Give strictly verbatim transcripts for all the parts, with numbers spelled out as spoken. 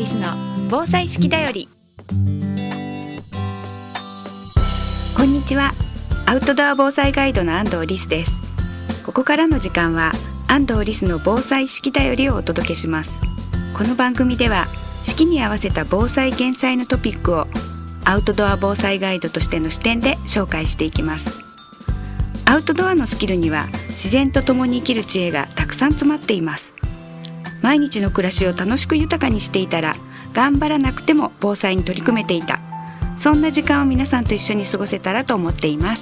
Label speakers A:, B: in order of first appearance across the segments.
A: リスの防災式だより。こんにちは。アウトドア防災ガイドの安藤リスです。ここからの時間は安藤リスの防災式だよりをお届けします。この番組では四季に合わせた防災減災のトピックをアウトドア防災ガイドとしての視点で紹介していきます。アウトドアのスキルには自然と共に生きる知恵がたくさん詰まっています。毎日の暮らしを楽しく豊かにしていたら頑張らなくても防災に取り組めていた、そんな時間を皆さんと一緒に過ごせたらと思っています。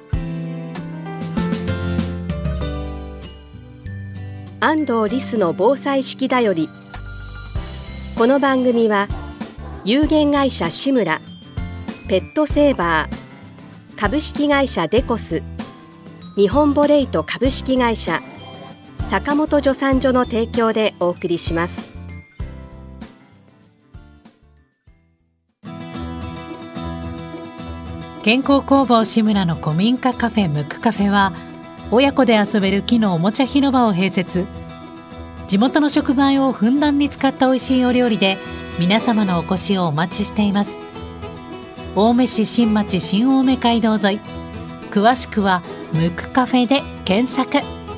B: 安藤リスの防災式だより。この番組は有限会社志村、ペットセーバー、株式会社デコス、日本ボレイト株式会社、坂本助産所の提供でお送りします。
C: 健康工房志村の古民家カフェムクカフェは、親子で遊べる木のおもちゃ広場を併設。地元の食材をふんだんに使った美味しいお料理で皆様のお越しをお待ちしています。青梅市新町新青梅街道沿い、詳しくはムクカフェで検索。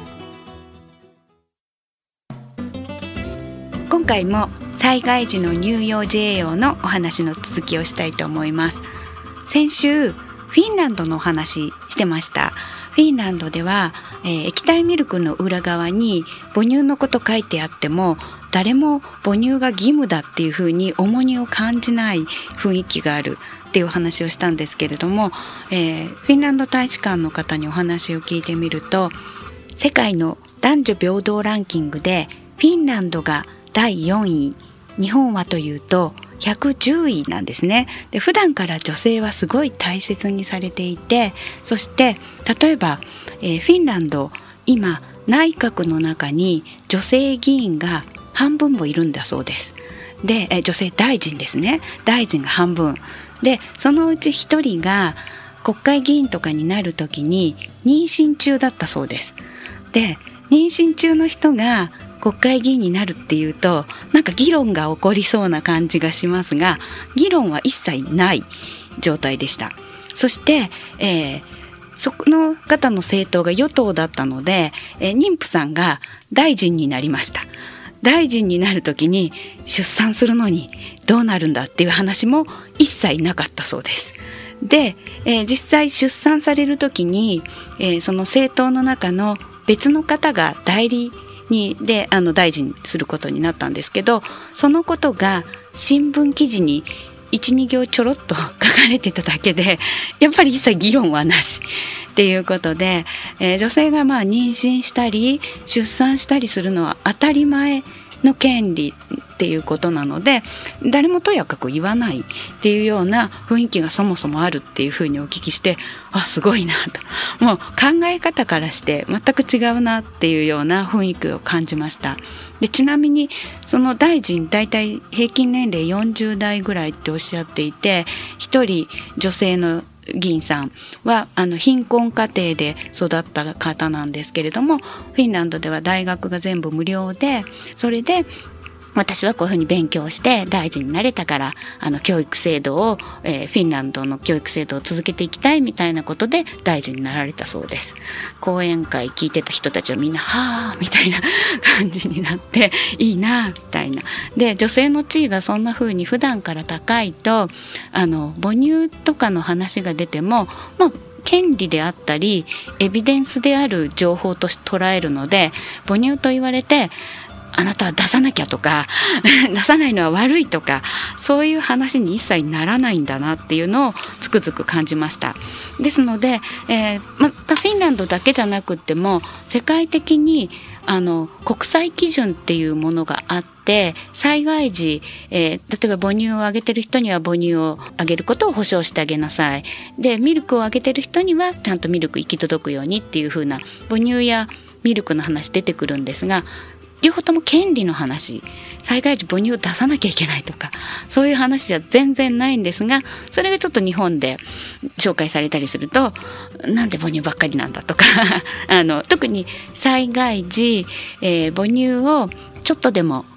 A: 今回も災害時の乳幼児栄養のお話の続きをしたいと思います。先週フィンランドのお話してました。フィンランドでは、えー、液体ミルクの裏側に母乳のこと書いてあっても誰も母乳が義務だっていうふうに重荷を感じない雰囲気があるっていう話をしたんですけれども、えー、フィンランド大使館の方にお話を聞いてみると、世界の男女平等ランキングでフィンランドがだいよんい、日本はというとひゃくじゅういなんですね。で、普段から女性はすごい大切にされていて、そして例えば、えー、フィンランド今内閣の中に女性議員が半分もいるんだそうです。で、えー、女性大臣ですね、大臣が半分で、そのうちひとりが国会議員とかになるときに妊娠中だったそうです。で、妊娠中の人が国会議員になるっていうとなんか議論が起こりそうな感じがしますが、議論は一切ない状態でした。そして、えー、その方の政党が与党だったので、えー、妊婦さんが大臣になりました。大臣になるときに出産するのにどうなるんだっていう話も一切なかったそうです。で、えー、実際出産されるときに、えー、その政党の中の別の方が代理にであの大臣することになったんですけど、そのことが新聞記事に いちに 行ちょろっと書かれてただけで、やっぱり一切議論はなしっていうことで、えー、女性がまあ妊娠したり出産したりするのは当たり前の権利っていうことなので、誰もとやかく言わないっていうような雰囲気がそもそもあるっていうふうにお聞きして、あ、すごいなと、もう考え方からして全く違うなっていうような雰囲気を感じました。で、ちなみにその大臣だいたい平均年齢よんじゅうだいぐらいっておっしゃっていて、ひとり女性の議員さんはあの貧困家庭で育った方なんですけれども、フィンランドでは大学が全部無料で、それで私はこういうふうに勉強して大臣になれたから、あの教育制度を、えー、フィンランドの教育制度を続けていきたいみたいなことで大臣になられたそうです。講演会聞いてた人たちはみんなはーみたいな感じになって、いいなみたいな。で、女性の地位がそんな風に普段から高いと、あの母乳とかの話が出ても、まあ権利であったりエビデンスである情報として捉えるので、母乳と言われてあなたは出さなきゃとか出さないのは悪いとか、そういう話に一切ならないんだなっていうのをつくづく感じました。ですので、えー、またフィンランドだけじゃなくっても世界的にあの国際基準っていうものがあって、災害時、えー、例えば母乳をあげてる人には母乳をあげることを保証してあげなさい。で、ミルクをあげてる人にはちゃんとミルク行き届くようにっていう風な母乳やミルクの話出てくるんですが、両方とも権利の話、災害時母乳を出さなきゃいけないとか、そういう話じゃ全然ないんですが、それがちょっと日本で紹介されたりすると、なんで母乳ばっかりなんだとかあの特に災害時、えー、母乳をちょっとでも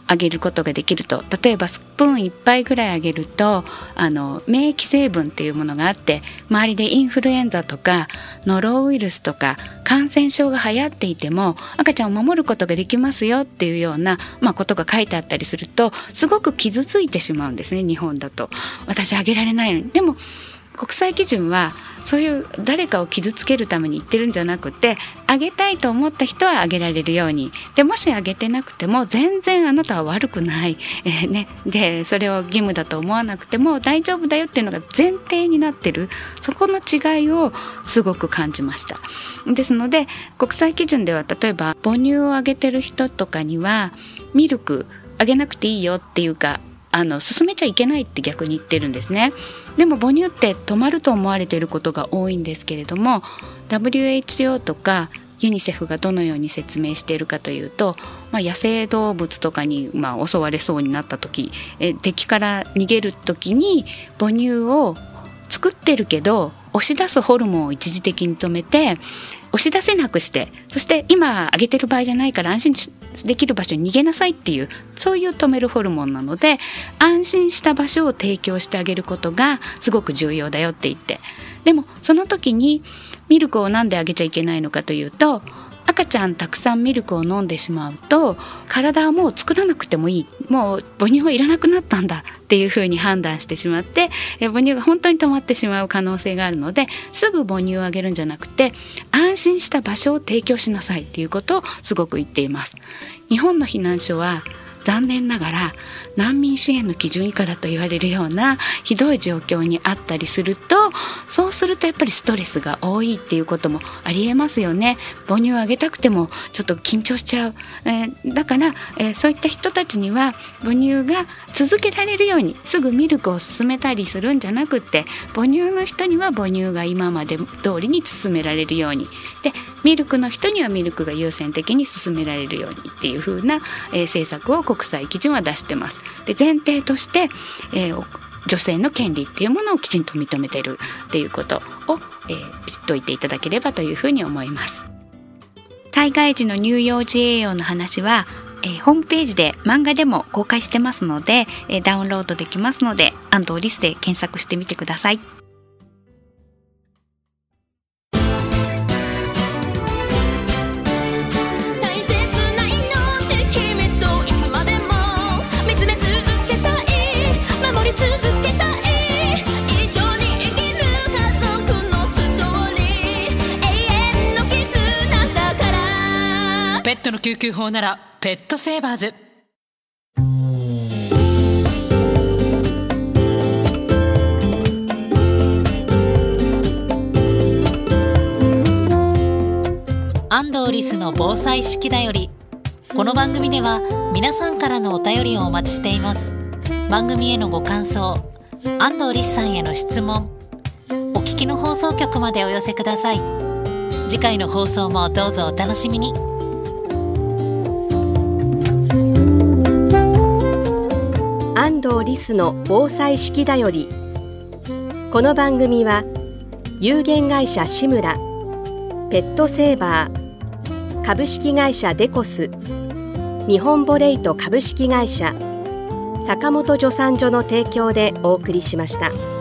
A: あげることができると、例えばスプーンいっぱいぐらいあげるとあの免疫成分っていうものがあって、周りでインフルエンザとかノロウイルスとか感染症が流行っていても赤ちゃんを守ることができますよっていうような、まあ、ことが書いてあったりするとすごく傷ついてしまうんですね。日本だと私あげられないのに。でも国際基準はそういう誰かを傷つけるために言ってるんじゃなくて、あげたいと思った人はあげられるように、でもしあげてなくても全然あなたは悪くない、えーね、でそれを義務だと思わなくても大丈夫だよっていうのが前提になってる、そこの違いをすごく感じました。ですので国際基準では例えば母乳をあげてる人とかにはミルクあげなくていいよっていうか、あの進めちゃいけないって逆に言ってるんですね。でも母乳って止まると思われていることが多いんですけれども、 ダブリューエイチオー とかユニセフがどのように説明しているかというと、まあ、野生動物とかに、まあ、襲われそうになった時、え敵から逃げる時に母乳を作ってるけど押し出すホルモンを一時的に止めて押し出せなくして、そして今あげてる場合じゃないから安心できる場所に逃げなさいっていう、そういう止めるホルモンなので、安心した場所を提供してあげることがすごく重要だよって言って、でもその時にミルクをなんであげちゃいけないのかというと、赤ちゃんたくさんミルクを飲んでしまうと体はもう作らなくてもいい、もう母乳はいらなくなったんだっていうふうに判断してしまって、え母乳が本当に止まってしまう可能性があるので、すぐ母乳をあげるんじゃなくて安心した場所を提供しなさいっていうことをすごく言っています。日本の避難所は残念ながら難民支援の基準以下だと言われるようなひどい状況にあったりすると、そうするとやっぱりストレスが多いっていうこともありえますよね。母乳をあげたくてもちょっと緊張しちゃう、えー、だから、えー、そういった人たちには母乳が続けられるようにすぐミルクを進めたりするんじゃなくて、母乳の人には母乳が今まで通りに進められるように、でミルクの人にはミルクが優先的に進められるようにっていう風な、えー、政策を国際基準は出してます。で前提として、えー、女性の権利っていうものをきちんと認めているっていうことを、えー、知っておいていただければというふうに思います。災害時の乳幼児栄養の話は、えー、ホームページで漫画でも公開してますので、えー、ダウンロードできますので、安藤リスで検索してみてください。
C: ペットの救急法ならペットセーバーズ。安藤リスの防災式だより。この番組では皆さんからのお便りをお待ちしています。番組へのご感想、安藤リスさんへの質問、お聞きの放送局までお寄せください。次回の放送もどうぞお楽しみに。
B: 安藤リスの防災式だより。この番組は有限会社志村、ペットセーバー、株式会社デコス、日本ボレイト株式会社、坂本助産所の提供でお送りしました。